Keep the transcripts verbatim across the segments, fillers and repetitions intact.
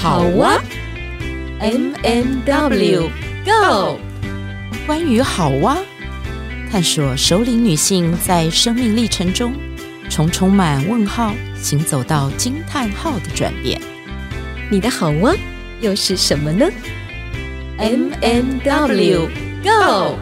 好哇 M M W Go。 关于好哇，探索首领女性在生命历程中从充满问号行走到惊叹号的转变。 你的好哇又是什么呢？ M M W Go。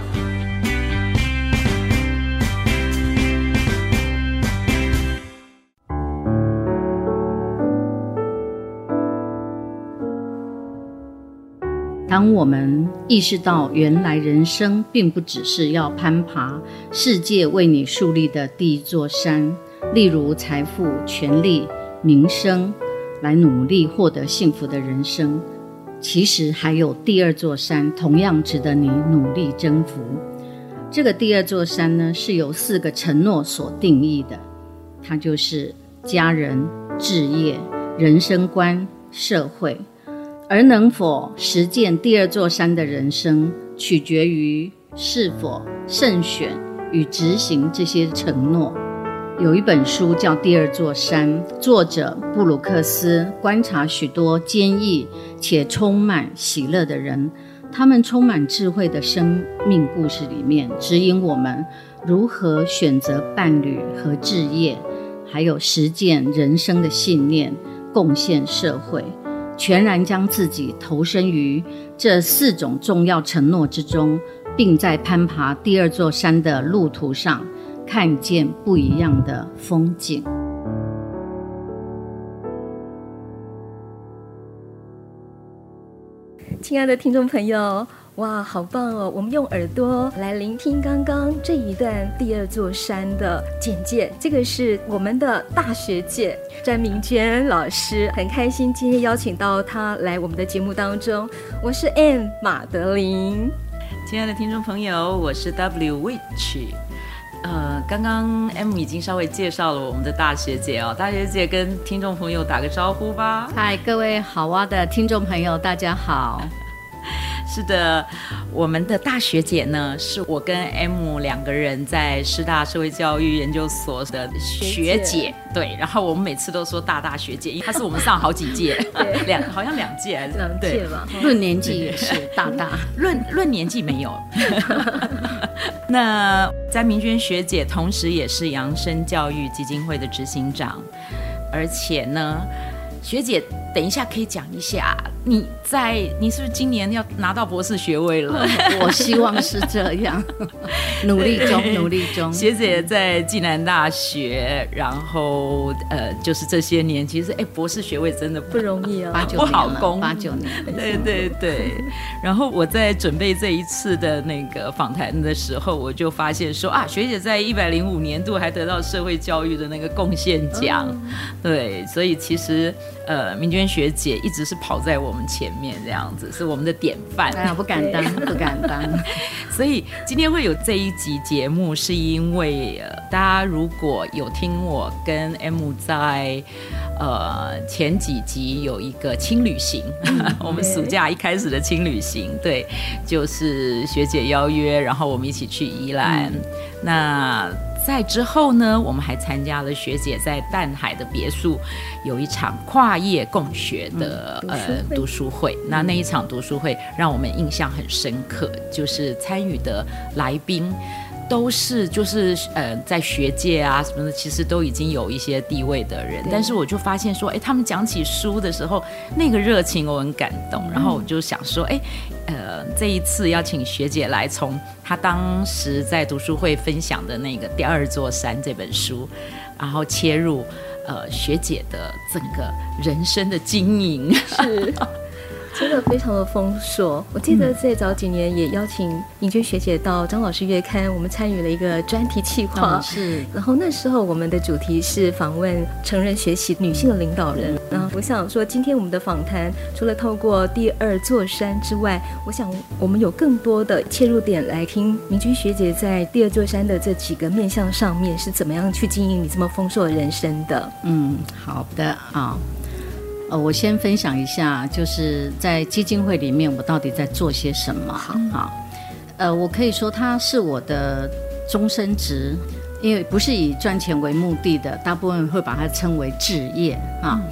当我们意识到原来人生并不只是要攀爬世界为你树立的第一座山，例如财富、权力、名声，来努力获得幸福的人生，其实还有第二座山同样值得你努力征服。这个第二座山呢，是由四个承诺所定义的，它就是家人、置业、人生观、社会。而能否实践第二座山的人生，取决于是否慎选与执行这些承诺。有一本书叫《第二座山》，作者布鲁克斯观察许多坚毅且充满喜乐的人，他们充满智慧的生命故事里面，指引我们如何选择伴侣和志业，还有实践人生的信念，贡献社会，全然将自己投身于这四种重要承诺之中，并在攀爬第二座山的路途上看见不一样的风景。 亲爱的听众朋友，哇，好棒哦！我们用耳朵来聆听刚刚这一段第二座山的简介。这个是我们的大学姐詹明娟老师，很开心今天邀请到她来我们的节目当中。我是 Ann 马德琳。 亲爱的听众朋友，我是 W Witch。呃，刚刚 M 已经稍微介绍了我们的大学姐哦，大学姐跟听众朋友打个招呼吧。 嗨，各位好哇的听众朋友，大家好。 是的，我们的大学姐呢，是我跟 M 两个人在师大社会教育研究所的学姐，学姐对，然后我们每次都说大大学姐，因为她是我们上好几届，两好像两届还是两届吧， 论年纪也是大大， 论论年纪没有。那詹明娟学姐同时也是扬声教育基金会的执行长，而且呢，学姐等一下可以讲一下，你在你是不是今年要拿到博士学位了？ 我希望是这样，努力中，努力中。 学姐在暨南大学，然后呃，就是这些年，其实哎，博士学位真的 不, 不容易啊， 八九不好攻， 八九年。 对对对。然后我在准备这一次的那个访谈的时候，我就发现说啊，学姐在一百零五年度还得到社会教育的那个贡献奖，哦、对，所以其实呃，明娟学姐一直是跑在我们前面，这样子是我们的典范。 哎呀，不敢当，不敢当。 所以今天会有这一集节目，是因为、呃、大家如果有听我跟 M 在呃前几集有一个轻旅行，嗯、我们暑假一开始的轻旅行，对，就是学姐邀约，然后我们一起去宜兰。嗯、那在之后呢，我们还参加了学姐在淡海的别墅有一场跨业共学的、嗯、呃读书会。那那一场读书会让我们印象很深刻，就是参与的来宾都是就是呃在学界啊什么的，其实都已经有一些地位的人，但是我就发现说，哎，他们讲起书的时候，那个热情我很感动，然后我就想说，哎，呃，这一次邀请学姐来，从她当时在读书会分享的那个《第二座山》这本书，然后切入呃学姐的整个人生的经营。 是。真的非常的丰硕。我记得在早几年也邀请明娟学姐到张老师月刊，我们参与了一个专题企划、 哦、是。 然后那时候我们的主题是访问成人学习女性的领导人。然后我想说，今天我们的访谈除了透过第二座山之外，我想我们有更多的切入点来听明娟学姐在第二座山的这几个面向上面是怎么样去经营你这么丰硕的人生的。 嗯，好的啊。呃，我先分享一下，就是在基金会里面我到底在做些什么。好、嗯啊，呃，我可以说它是我的终身职，因为不是以赚钱为目的的，大部分会把它称为志业啊。嗯、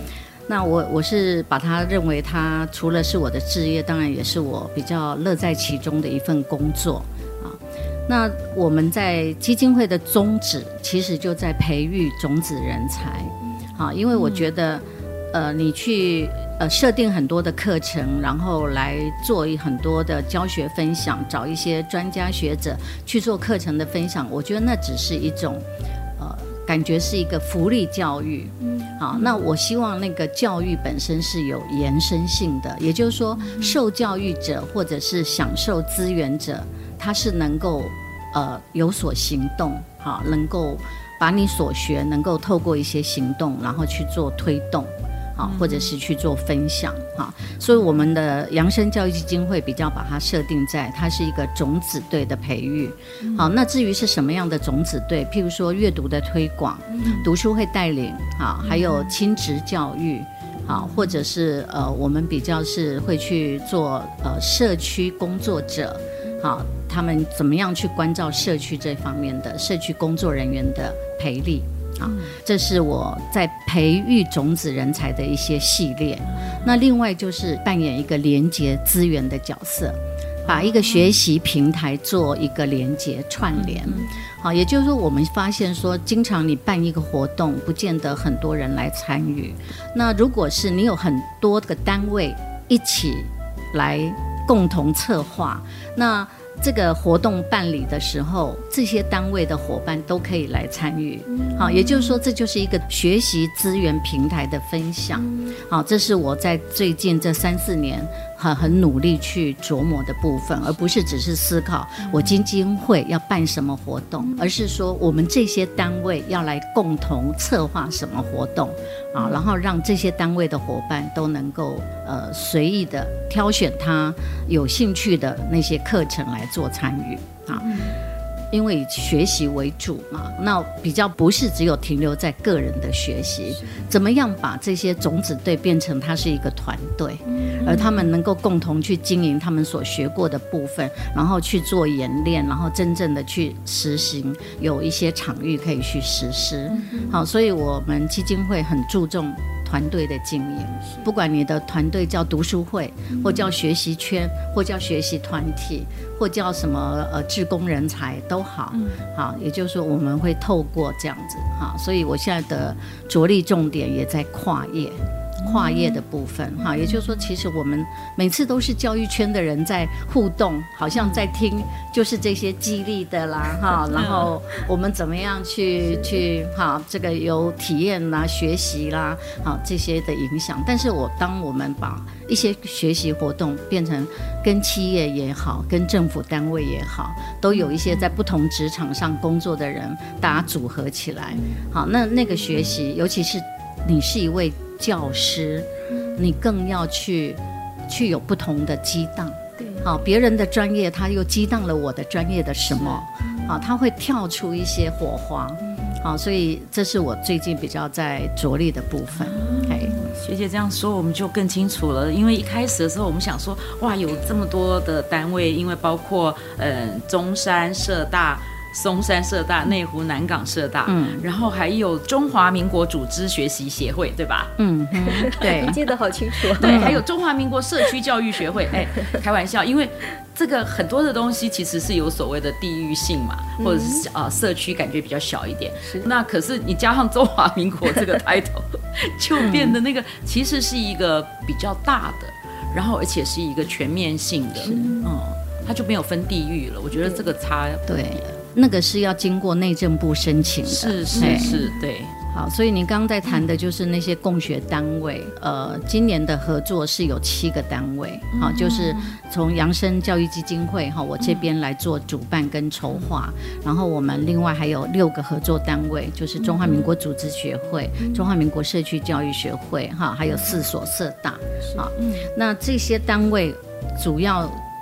那我我是把它认为它除了是我的志业，当然也是我比较乐在其中的一份工作啊。那我们在基金会的宗旨其实就在培育种子人才啊，因为我觉得、嗯、呃你去呃设定很多的课程，然后来做很多的教学分享，找一些专家学者去做课程的分享，我觉得那只是一种呃感觉是一个福利教育。好，那我希望那个教育本身是有延伸性的，也就是说受教育者或者是享受资源者，他是能够呃有所行动，好，能够把你所学能够透过一些行动然后去做推动，好，或者是去做分享，好，所以我们的扬声教育基金会比较把它设定在它是一个种子队的培育。好，那至于是什么样的种子队，譬如说阅读的推广、读书会带领，好，还有亲职教育，好，或者是呃我们比较是会去做呃社区工作者，好，他们怎么样去关照社区这方面的社区工作人员的培力。啊，这是我在培育种子人才的一些系列。那另外就是扮演一个连结资源的角色，把一个学习平台做一个连结串联。好，也就是说我们发现说，经常你办一个活动不见得很多人来参与，那如果是你有很多个单位一起来共同策划，那这个活动办理的时候，这些单位的伙伴都可以来参与。好，也就是说这就是一个学习资源平台的分享。好，这是我在最近这三四年很很努力去琢磨的部分，而不是只是思考我基金会要办什么活动，而是说我们这些单位要来共同策划什么活动啊，然后让这些单位的伙伴都能够呃随意的挑选他有兴趣的那些课程来做参与啊。因为以学习为主嘛，那比较不是只有停留在个人的学习，怎么样把这些种子队变成它是一个团队，而他们能够共同去经营他们所学过的部分，然后去做演练，然后真正的去实行，有一些场域可以去实施。好，所以我们基金会很注重团队的经营，不管你的团队叫读书会，或叫学习圈，或叫学习团体，或叫什么呃志工人才都好，好，也就是说我们会透过这样子，好，所以我现在的着力重点也在跨业。跨业的部分哈，也就是说其实我们每次都是教育圈的人在互动，好像在听就是这些激励的啦哈，然后我们怎么样去去哈这个有体验啦学习啦好这些的影响，但是我当我们把一些学习活动变成跟企业也好跟政府单位也好都有一些在不同职场上工作的人大家组合起来，好，那那个学习尤其是你是一位教师，你更要去去有不同的激荡，好，别人的专业他又激荡了我的专业的什么，好，他会跳出一些火花，好，所以这是我最近比较在着力的部分。 学姐这样说我们就更清楚了，因为一开始的时候我们想说哇有这么多的单位，因为包括呃中山社大松山社大、内湖南港社大，嗯，然后还有中华民国组织学习协会，对吧？嗯， 对，记得好清楚。 对，还有中华民国社区教育学会。哎，开玩笑，因为这个很多的东西其实是有所谓的地域性嘛，或者是呃社区感觉比较小一点。那可是你加上中华民国这个 title， 就变得那个其实是一个比较大的，然后而且是一个全面性的，嗯，它就没有分地域了。我觉得这个差对。那个是要经过内政部申请的， 是是是，对。 好，所以您刚刚在谈的就是那些共学单位，呃，今年的合作是有七个单位，好，就是从扬声教育基金会哈，我这边来做主办跟筹划，然后我们另外还有六个合作单位，就是中华民国组织学会、中华民国社区教育学会哈，还有四所社大，好，那这些单位主要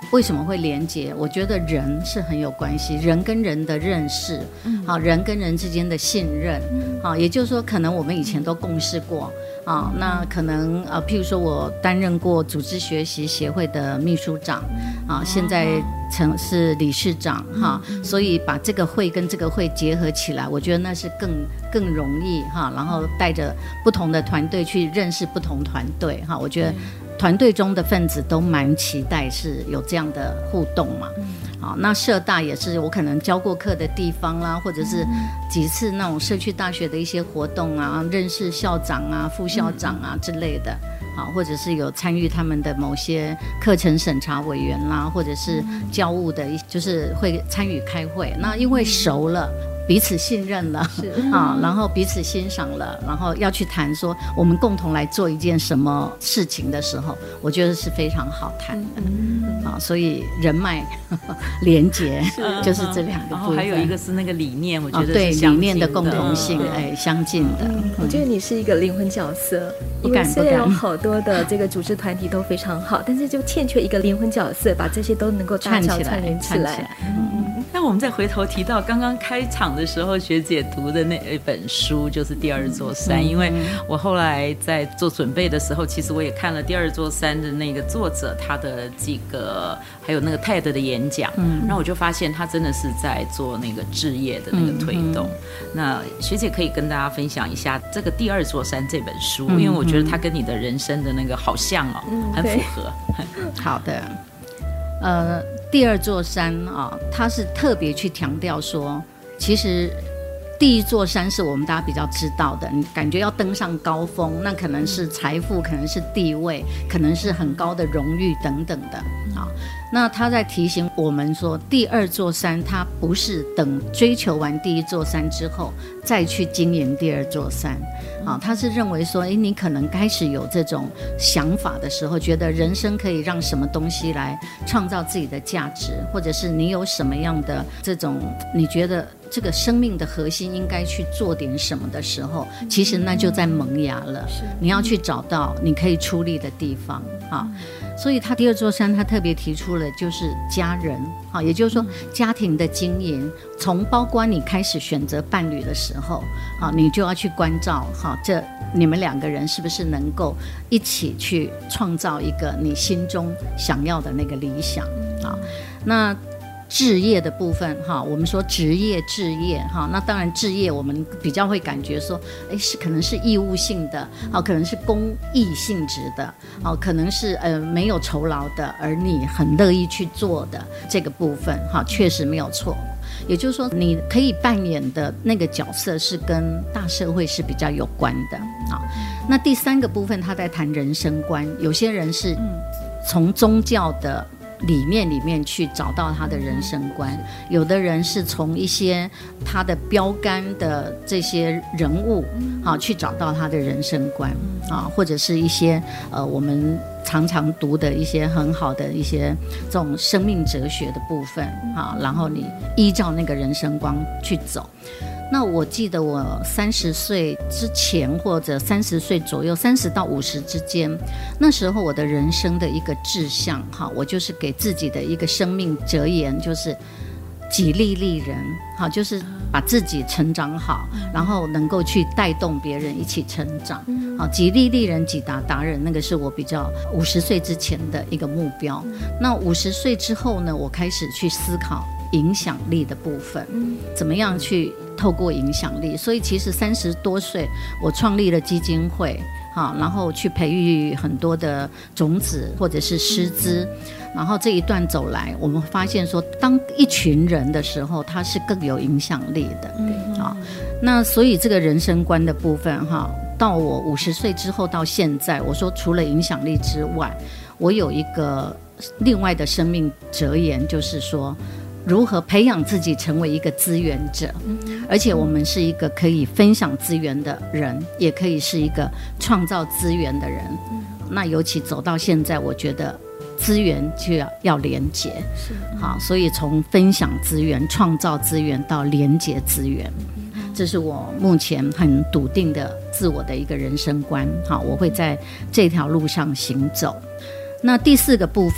为什么会连结？我觉得人是很有关系，人跟人的认识，嗯、好，人跟人之间的信任，嗯、好，也就是说，可能我们以前都共事过。啊，那可能呃，譬如说我担任过组织学习协会的秘书长，啊，现在曾是理事长哈，所以把这个会跟这个会结合起来，我觉得那是更更容易哈，然后带着不同的团队去认识不同团队哈，我觉得团队中的分子都蛮期待是有这样的互动嘛。好，那社大也是我可能教过课的地方啦，或者是几次那种社区大学的一些活动啊，认识校长啊、副校长啊之类的，好，或者是有参与他们的某些课程审查委员啦，或者是教务的，就是会参与开会。那因为熟了。彼此信任了啊，然后彼此欣赏了，然后要去谈说我们共同来做一件什么事情的时候，我觉得是非常好谈的、嗯、啊，所以人脉呵呵连结就是这两个部分，然后还有一个是那个理念，我觉得是对相近的理念的共同性，哎，相近的、 嗯。我觉得你是一个灵魂角色， 不敢因为虽然有好多的这个组织团体都非常好，但是就欠缺一个灵魂角色，把这些都能够搭桥串联起来。 那我们再回头提到刚刚开场的时候，学姐读的那一本书就是《第二座山》，因为我后来在做准备的时候，其实我也看了《第二座山》的那个作者他的几个，还有那个 T E D 的演讲，嗯，然后我就发现他真的是在做那个志业的那个推动。嗯嗯、那学姐可以跟大家分享一下这个《第二座山》这本书，嗯、因为我觉得它跟你的人生的那个好像哦，嗯、很符合。 好的。呃，第二座山啊，它是特别去强调说，其实第一座山是我们大家比较知道的，你感觉要登上高峰，那可能是财富，可能是地位，可能是很高的荣誉等等的啊。那他在提醒我们说，第二座山它不是等追求完第一座山之后再去经营第二座山啊，他是认为说，诶，你可能开始有这种想法的时候，觉得人生可以让什么东西来创造自己的价值，或者是你有什么样的这种你觉得这个生命的核心应该去做点什么的时候，其实那就在萌芽了，你要去找到你可以出力的地方啊。所以他第二座山他特别提出了就是家人，好，也就是说家庭的经营，从包括你开始选择伴侣的时候，好，你就要去关照，好，这你们两个人是不是能够一起去创造一个你心中想要的那个理想啊？那志业的部分哈，我们说职业志业哈，那当然志业我们比较会感觉说，哎，是可能是义务性的，啊，可能是公益性质的，啊，可能是呃没有酬劳的，而你很乐意去做的这个部分哈，确实没有错。也就是说，你可以扮演的那个角色是跟大社会是比较有关的啊。那第三个部分，他在谈人生观，有些人是从宗教的理念里面去找到他的人生观，有的人是从一些他的标杆的这些人物啊去找到他的人生观啊，或者是一些呃我们常常读的一些很好的一些这种生命哲学的部分啊，然后你依照那个人生观去走。那我记得我三十岁之前或者三十岁左右，三十到五十之间，那时候我的人生的一个志向哈，我就是给自己的一个生命哲言，就是己利利人，好，就是把自己成长好，然后能够去带动别人一起成长。好，己利利人，己达达人，那个是我比较五十岁之前的一个目标。那五十岁之后呢，我开始去思考影响力的部分，怎么样去透过影响力。所以其实三十多岁我创立了基金会，好，然后去培育很多的种子或者是师资，然后这一段走来，我们发现说当一群人的时候，它是更有影响力的。好，那所以这个人生观的部分哈，到我五十岁之后到现在，我说除了影响力之外，我有一个另外的生命哲言，就是说如何培养自己成为一个资源者，而且我们是一个可以分享资源的人，也可以是一个创造资源的人。那尤其走到现在，我觉得资源就要要连结，好，所以从分享资源、创造资源到连结资源，这是我目前很笃定的自我的一个人生观。好，我会在这条路上行走。那第四个部分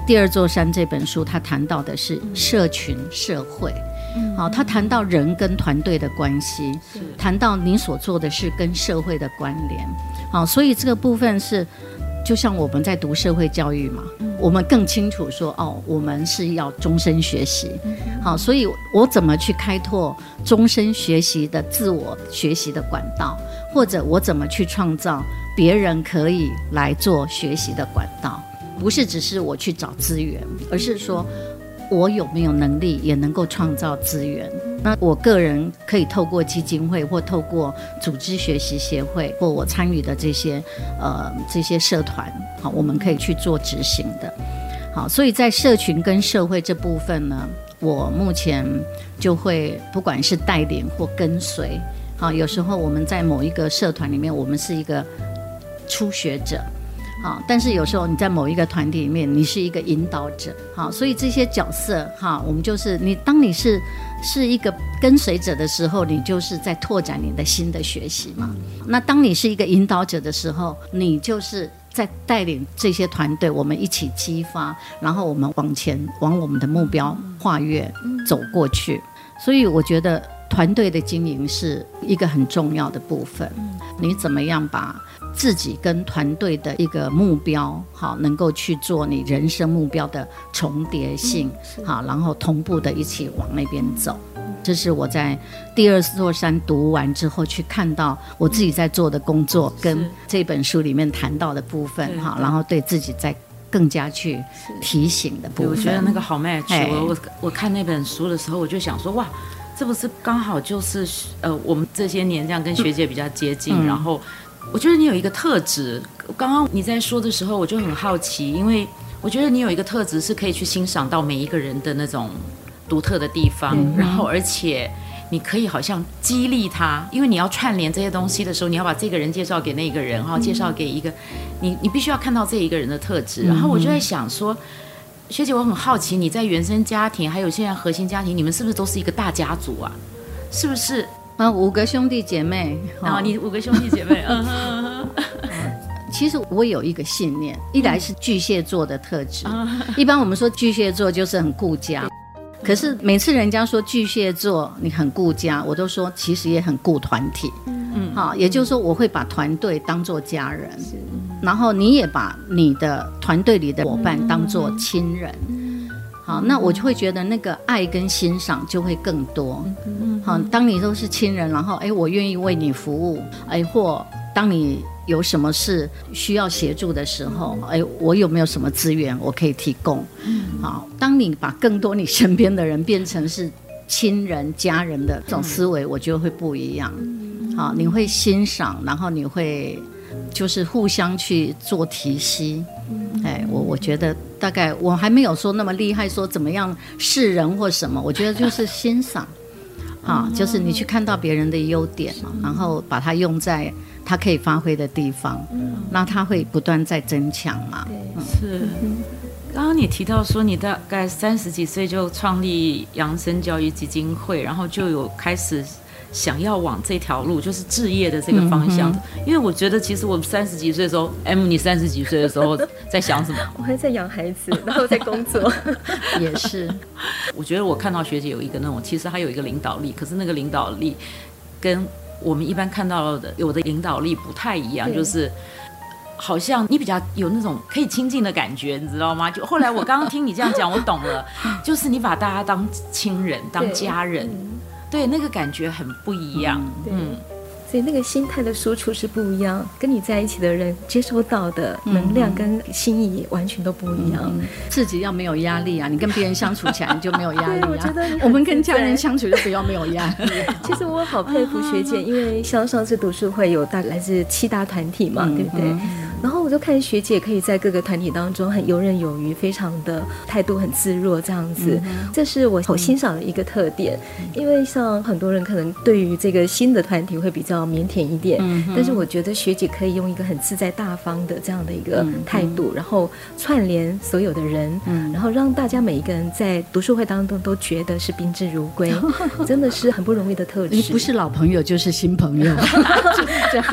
第二座山这本书，他谈到的是社群社会。好，他谈到人跟团队的关系，谈到你所做的事跟社会的关联。好，所以这个部分是就像我们在读社会教育嘛，我们更清楚说哦，我们是要终身学习。好，所以我怎么去开拓终身学习的自我学习的管道，或者我怎么去创造别人可以来做学习的管道，不是只是我去找资源，而是说我有没有能力也能够创造资源。那我个人可以透过基金会或透过组织学习协会或我参与的这些呃这些社团，好，我们可以去做执行的。好，所以在社群跟社会这部分呢，我目前就会不管是带领或跟随。好，有时候我们在某一个社团里面，我们是一个初学者。好，但是有时候你在某一个团体里面，你是一个引导者。好，所以这些角色，哈，我们就是你，当你是是一个跟随者的时候，你就是在拓展你的新的学习嘛。那当你是一个引导者的时候，你就是在带领这些团队，我们一起激发，然后我们往前往我们的目标跨越走过去。所以我觉得团队的经营是一个很重要的部分。你怎么样把自己跟团队的一个目标，好，能够去做你人生目标的重叠性，好，然后同步的一起往那边走。这是我在第二座山读完之后去看到我自己在做的工作，跟这本书里面谈到的部分，好，然后对自己在更加去提醒的部分。 我觉得那个好 match。 我, 我, 我看那本书的时候，我就想说，哇，这不是刚好就是呃我们这些年这样跟学姐比较接近，嗯、然后我觉得你有一个特质，刚刚你在说的时候我就很好奇，因为我觉得你有一个特质是可以去欣赏到每一个人的那种独特的地方，嗯、然后而且你可以好像激励他，因为你要串联这些东西的时候，你要把这个人介绍给那个人，然后介绍给一个你你必须要看到这一个人的特质。然后我就在想说，学姐，我很好奇你在原生家庭还有现在核心家庭，你们是不是都是一个大家族啊？是不是啊？五个兄弟姐妹， 然后、哦、你五个兄弟姐妹。 其实我有一个信念，一来是巨蟹座的特质，嗯、一般我们说巨蟹座就是很顾家，可是每次人家说巨蟹座你很顾家，我都说其实也很顾团体。嗯，好，也就是说我会把团队当作家人，然后你也把你的团队里的伙伴当作亲人。好，那我就会觉得那个爱跟欣赏就会更多。好，当你都是亲人，然后哎，我愿意为你服务，哎，或当你有什么事需要协助的时候，哎，我有没有什么资源我可以提供？好，当你把更多你身边的人变成是亲人、家人的这种思维，我觉得会不一样。好，你会欣赏，然后你会就是互相去做提携。哎，我我觉得大概我还没有说那么厉害，说怎么样识人或什么，我觉得就是欣赏。啊，就是你去看到别人的优点，然后把它用在他可以发挥的地方，那他会不断在增强嘛。 嗯、是。刚刚你提到说你大概三十几岁就创立扬生教育基金会，然后就有开始想要往这条路，就是志业的这个方向。嗯、因为我觉得其实我三十几岁的时候 ，M 你三十几岁的时候在想什么？ 我还在养孩子，然后在工作。 也是。 我觉得我看到学姐有一个那种，其实她有一个领导力，可是那个领导力跟我们一般看到的有的领导力不太一样，就是好像你比较有那种可以亲近的感觉，你知道吗？就后来我刚刚听你这样讲，我懂了，就是你把大家当亲人、当家人。对，那个感觉很不一样。 嗯，所以那个心态的输出是不一样，跟你在一起的人接收到的能量跟心意完全都不一样。嗯、 自己要没有压力啊，你跟别人相处起来你就没有压力啊。我觉得我们跟家人相处就不要没有压力。 其实我好佩服学姐，因为像上次读书会有大来自七大团体嘛，嗯、对不对？嗯、然后我就看学姐可以在各个团体当中很游刃有余，非常的态度很自若这样子，嗯、这是我好欣赏的一个特点。嗯、因为像很多人可能对于这个新的团体会比较腼腆一点，嗯、但是我觉得学姐可以用一个很自在大方的这样的一个态度，嗯、然后串联所有的人，嗯、然后让大家每一个人在读书会当中都觉得是宾至如归，真的是很不容易的特质。 你不是老朋友就是新朋友。就是这样。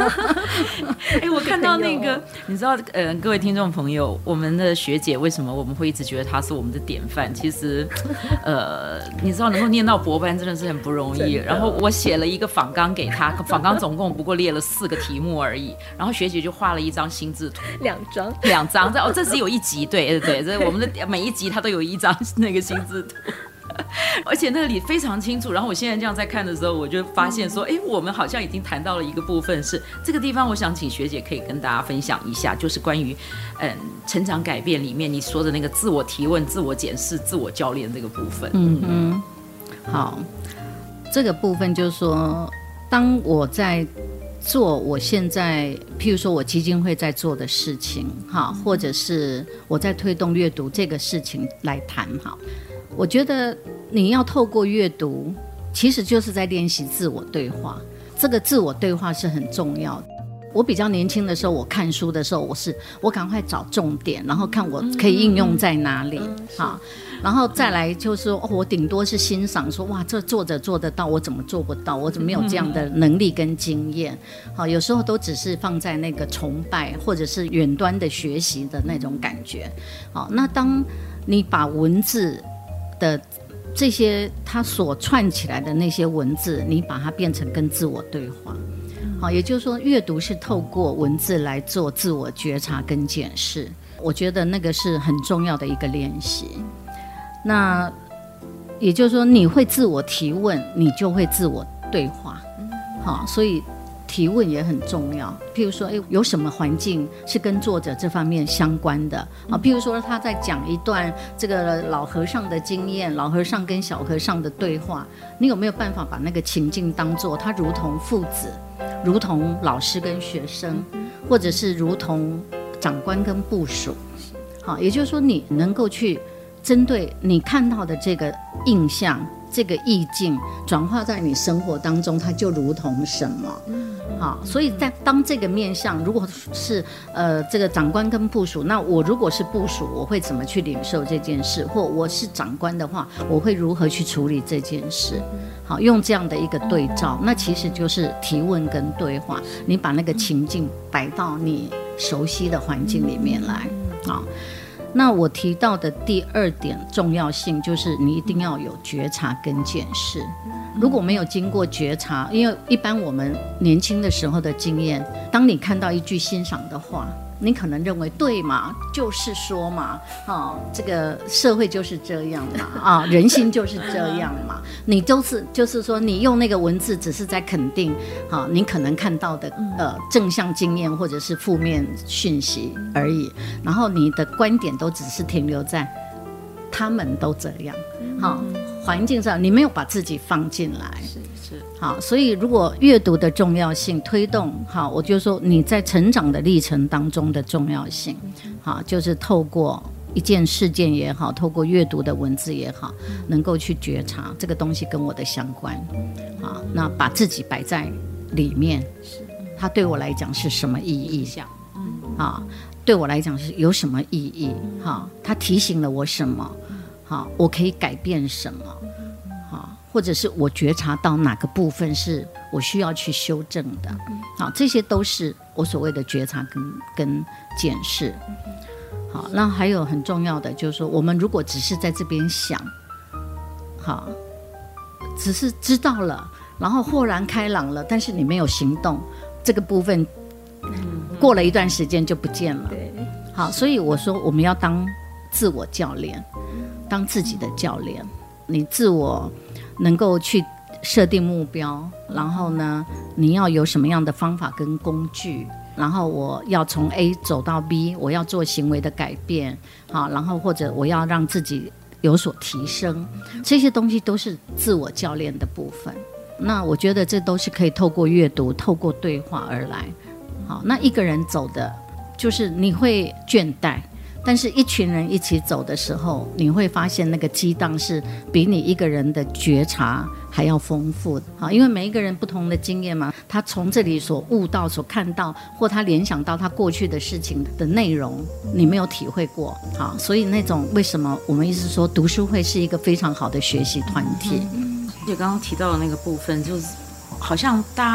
哎，我看到那个，你知道，呃，各位听众朋友，我们的学姐为什么我们会一直觉得她是我们的典范？其实，呃，你知道能够念到博班真的是很不容易。然后我写了一个访纲给她，访纲总共不过列了四个题目而已，然后学姐就画了一张心智图， 两张， 两张，哦，这只有一集，对对对，这我们的每一集它都有一张那个心智图。而且那里非常清楚，然后我现在这样在看的时候，我就发现说，哎，我们好像已经谈到了一个部分，是这个地方，我想请学姐可以跟大家分享一下，就是关于嗯成长改变里面你说的那个自我提问、自我检视、自我教练这个部分。 嗯嗯，好，这个部分就是说，当我在做我现在，譬如说我基金会在做的事情，哈，或者是我在推动阅读这个事情来谈，哈。我觉得你要透过阅读，其实就是在练习自我对话。这个自我对话是很重要的。我比较年轻的时候，我看书的时候，我是我赶快找重点，然后看我可以应用在哪里，嗯嗯、好，然后再来就是说、哦、我顶多是欣赏说，哇，这作者做得到，我怎么做不到？我怎么没有这样的能力跟经验？好，有时候都只是放在那个崇拜或者是远端的学习的那种感觉。好，那当你把文字的这些它所串起来的那些文字，你把它变成跟自我对话。好，也就是说阅读是透过文字来做自我觉察跟检视，我觉得那个是很重要的一个练习。那也就是说你会自我提问，你就会自我对话。好，所以提问也很重要。譬如说，哎，有什么环境是跟作者这方面相关的啊？譬如说他在讲一段这个老和尚的经验，老和尚跟小和尚的对话，你有没有办法把那个情境当作他如同父子，如同老师跟学生，或者是如同长官跟部属？好，也就是说你能够去针对你看到的这个印象，这个意境转化在你生活当中，它就如同什么？好，所以在当这个面向，如果是呃这个长官跟部属，那我如果是部属，我会怎么去领受这件事？或我是长官的话，我会如何去处理这件事？好，用这样的一个对照，那其实就是提问跟对话。你把那个情境摆到你熟悉的环境里面来。好，那我提到的第二点重要性就是你一定要有觉察跟检视。如果没有经过觉察，因为一般我们年轻的时候的经验，当你看到一句欣赏的话，你可能认为对嘛，就是说嘛，哦，这个社会就是这样嘛，啊，人心就是这样嘛，你都是就是说你用那个文字只是在肯定，啊，你可能看到的呃正向经验或者是负面讯息而已，然后你的观点都只是停留在他们都这样，好，环境上你没有把自己放进来，是是好，所以如果阅读的重要性推动，好，我就说你在成长的历程当中的重要性，好，就是透过一件事件也好，透过阅读的文字也好，能够去觉察这个东西跟我的相关，好，那把自己摆在里面，它对我来讲是什么意义？好，对我来讲是有什么意义？好，它提醒了我什么？好，我可以改变什么？好，或者是我觉察到哪个部分是我需要去修正的？好，这些都是我所谓的觉察跟跟检视。好，那还有很重要的就是说，我们如果只是在这边想，好，只是知道了，然后豁然开朗了，但是你没有行动，这个部分过了一段时间就不见了。好，所以我说我们要当自我教练，当自己的教练，你自我能够去设定目标，然后呢，你要有什么样的方法跟工具，然后我要从 A 走到 B， 我要做行为的改变，好，然后或者我要让自己有所提升，这些东西都是自我教练的部分。那我觉得这都是可以透过阅读、透过对话而来。好，那一个人走的，就是你会倦怠。但是一群人一起走的时候，你会发现那个激荡是比你一个人的觉察还要丰富的。好，因为每一个人不同的经验嘛，他从这里所悟到、所看到，或他联想到他过去的事情的内容，你没有体会过。好，所以那种为什么我们一直说读书会是一个非常好的学习团体。 而且刚刚提到的那个部分，就是好像大家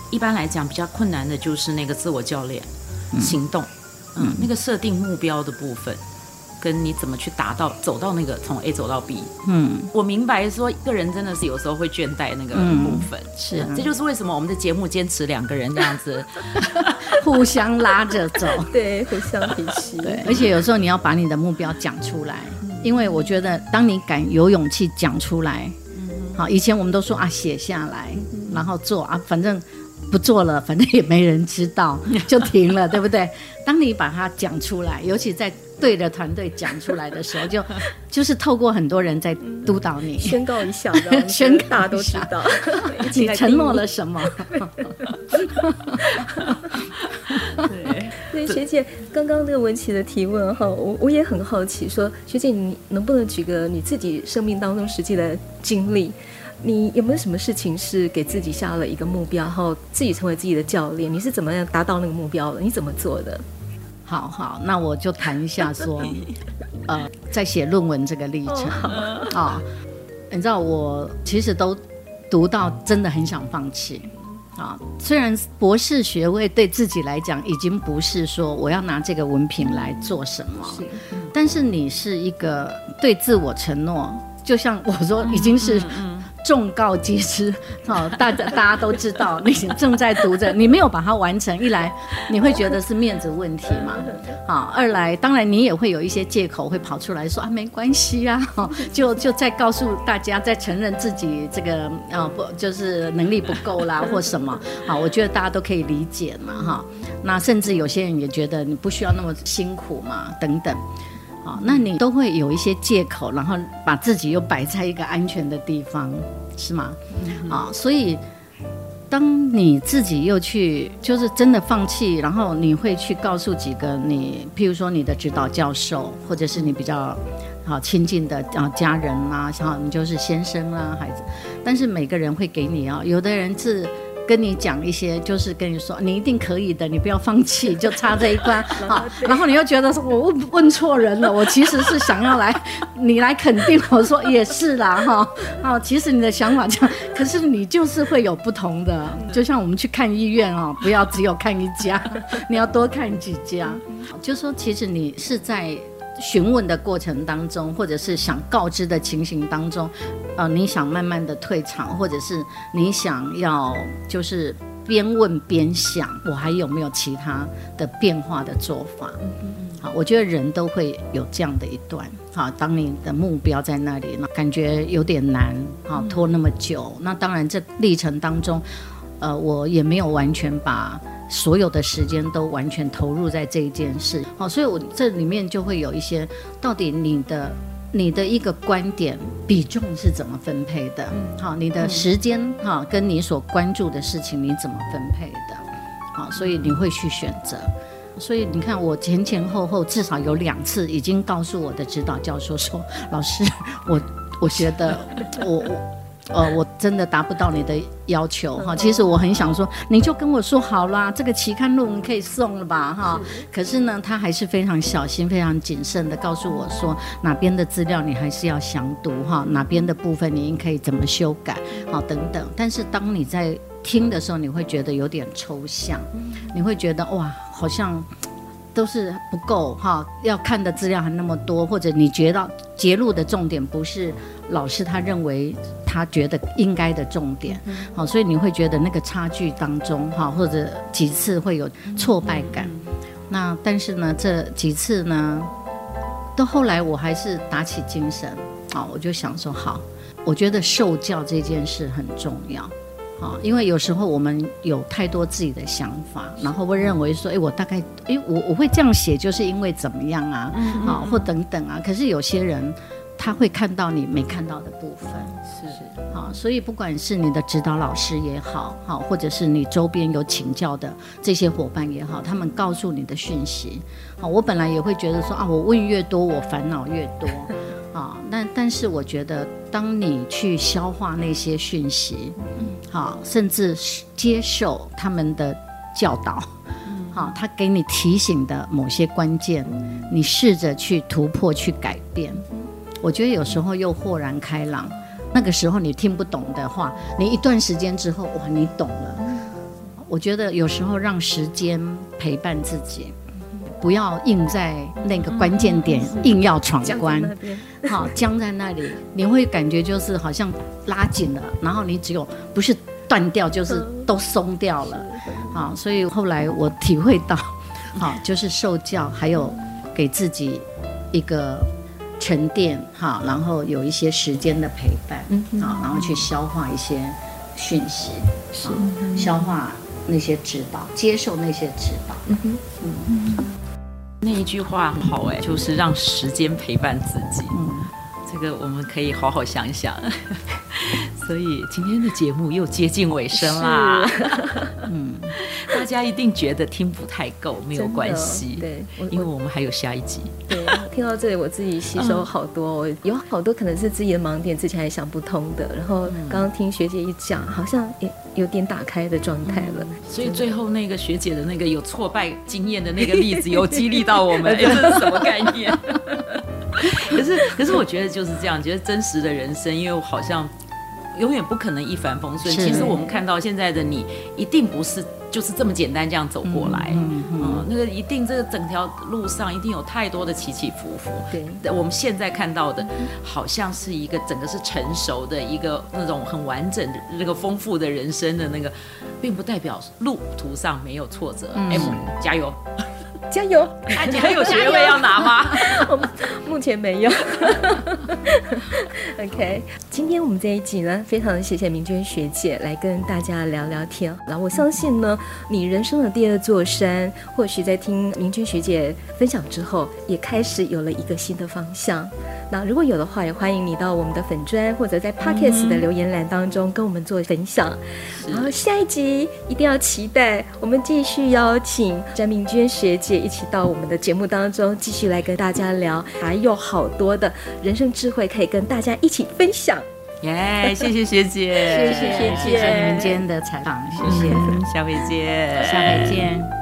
一般来讲比较困难的就是那个自我教练、嗯、行动，嗯，嗯那个设定目标的部分，跟你怎么去达到走到那个从 A 走到 B。嗯，我明白说一个人真的是有时候会倦怠那个部分，嗯、是、啊，这就是为什么我们的节目坚持两个人这样子互相拉着走， 对，互相提携。 对，而且有时候你要把你的目标讲出来，嗯、因为我觉得当你敢有勇气讲出来，嗯、好，以前我们都说啊写下来，嗯、然后做啊，反正。不做了，反正也没人知道，就停了，对不对？当你把它讲出来，尤其在对的团队讲出来的时候，就就是透过很多人在督导你， 宣告一下， 宣告大家都知道你承诺了什么。 对，所以学姐刚刚那个文琪的提问哈，我我也很好奇说，说学姐你能不能举个你自己生命当中实际的经历？你有没有什么事情是给自己下了一个目标，然后自己成为自己的教练？你是怎么样达到那个目标的？你怎么做的？ 好好，那我就谈一下说，呃，在写论文这个历程啊、哦，你知道我其实都读到真的很想放弃啊、哦。虽然博士学位对自己来讲已经不是说我要拿这个文凭来做什么，是嗯、但是你是一个对自我承诺，就像我说，已经是。嗯嗯嗯众告皆知，哦，大家大家都知道，你正在读着，你没有把它完成，一来你会觉得是面子问题嘛，啊，二来当然你也会有一些借口会跑出来说啊没关系啊，就就再告诉大家，再承认自己这个啊不就是能力不够啦或什么，啊，我觉得大家都可以理解嘛，哈，那甚至有些人也觉得你不需要那么辛苦嘛，等等。那你都会有一些借口，然后把自己又摆在一个安全的地方，是吗？嗯、啊，所以当你自己又去就是真的放弃，然后你会去告诉几个你，譬如说你的指导教授，或者是你比较好亲近的啊家人啊，像你就是先生啦、孩子，但是每个人会给你啊，有的人是。跟你讲一些，就是跟你说你一定可以的，你不要放弃，就差这一关啊。然后你又觉得说我问问错人了，我其实是想要来你来肯定我说也是啦哈。啊，其实你的想法这样，可是你就是会有不同的。就像我们去看医院啊，不要只有看一家，你要多看几家。就说其实你是在。询问的过程当中，或者是想告知的情形当中，呃，你想慢慢的退场，或者是你想要就是边问边想，我还有没有其他的变化的做法？好，我觉得人都会有这样的一段。好，当你的目标在那里，感觉有点难，好，拖那么久，那当然这历程当中，呃，我也没有完全把。所有的时间都完全投入在这一件事，好，所以我这里面就会有一些，到底你的你的一个观点比重是怎么分配的？好，你的时间哈跟你所关注的事情你怎么分配的？好，所以你会去选择。所以你看，我前前后后至少有两次已经告诉我的指导教授说，老师，我我觉得我我。呃，我真的达不到你的要求哈。其实我很想说，你就跟我说好啦，这个期刊论文可以送了吧哈。可是呢，他还是非常小心、非常谨慎的告诉我说，哪边的资料你还是要详读哈，哪边的部分你应可以怎么修改好等等。但是当你在听的时候，你会觉得有点抽象，你会觉得哇，好像。都是不够哈，要看的资料还那么多，或者你觉得揭露的重点不是老师他认为他觉得应该的重点，好，所以你会觉得那个差距当中哈，或者几次会有挫败感。那但是呢，这几次呢，到后来我还是打起精神，好，我就想说好，我觉得受教这件事很重要。好，因为有时候我们有太多自己的想法，然后会认为说，哎，我大概，哎，我我会这样写，就是因为怎么样啊，好，或等等啊。可是有些人他会看到你没看到的部分，是是，好，所以不管是你的指导老师也好，好，或者是你周边有请教的这些伙伴也好，他们告诉你的讯息，好，我本来也会觉得说啊，我问越多，我烦恼越多。啊，但但是我觉得，当你去消化那些讯息，好，甚至接受他们的教导，好，他给你提醒的某些关键，你试着去突破、去改变，我觉得有时候又豁然开朗。那个时候你听不懂的话，你一段时间之后，哇，你懂了。 我觉得有时候让时间陪伴自己，不要硬在那个关键点、嗯、硬要闯关，好僵在那里，你会感觉就是好像拉紧了，然后你只有不是断掉就是都松掉了，好，所以后来我体会到，好，就是受教，还有给自己一个沉淀，好，然后有一些时间的陪伴，嗯，好，然后去消化一些讯息，是消化那些指导，接受那些指导，嗯哼， 嗯。那一句话很好哎，就是让时间陪伴自己。嗯，这个我们可以好好想想。所以今天的节目又接近尾声啦。嗯，大家一定觉得听不太够，没有关系，对，因为我们还有下一集。 对，听到这里我自己吸收好多，嗯、有好多可能是自己的盲点，之前还想不通的。然后刚刚听学姐一讲，好像也有点打开的状态了。嗯、 所以最后那个学姐的那个有挫败经验的那个例子，有激励到我们。哎，这是什么概念？可是，可是我觉得就是这样，觉得真实的人生，因为我好像永远不可能一帆风顺。其实我们看到现在的你，一定不是就是这么简单这样走过来。嗯, 嗯, 嗯那个一定这个整条路上一定有太多的起起伏伏。对，我们现在看到的，好像是一个整个是成熟的一个那种很完整的那个丰富的人生的那个，并不代表路途上没有挫折。哎、嗯，加油！ 加油！ 啊，你还有学位要拿吗？ 我目前没有。OK， 今天我们这一集呢，非常谢谢明娟学姐来跟大家聊聊天。然后我相信呢，你人生的第二座山，或许在听明娟学姐分享之后，也开始有了一个新的方向。那如果有的话，也欢迎你到我们的粉专或者在 Podcast 的留言栏当中跟我们做分享。嗯、然后下一集一定要期待，我们继续邀请詹明娟学姐一起到我们的节目当中，继续来跟大家聊，还有好多的人生智慧可以跟大家一起分享。 耶、yeah, 谢谢学姐， 谢谢学姐，谢谢你们今天的采访，谢谢， 下回见， 下回见。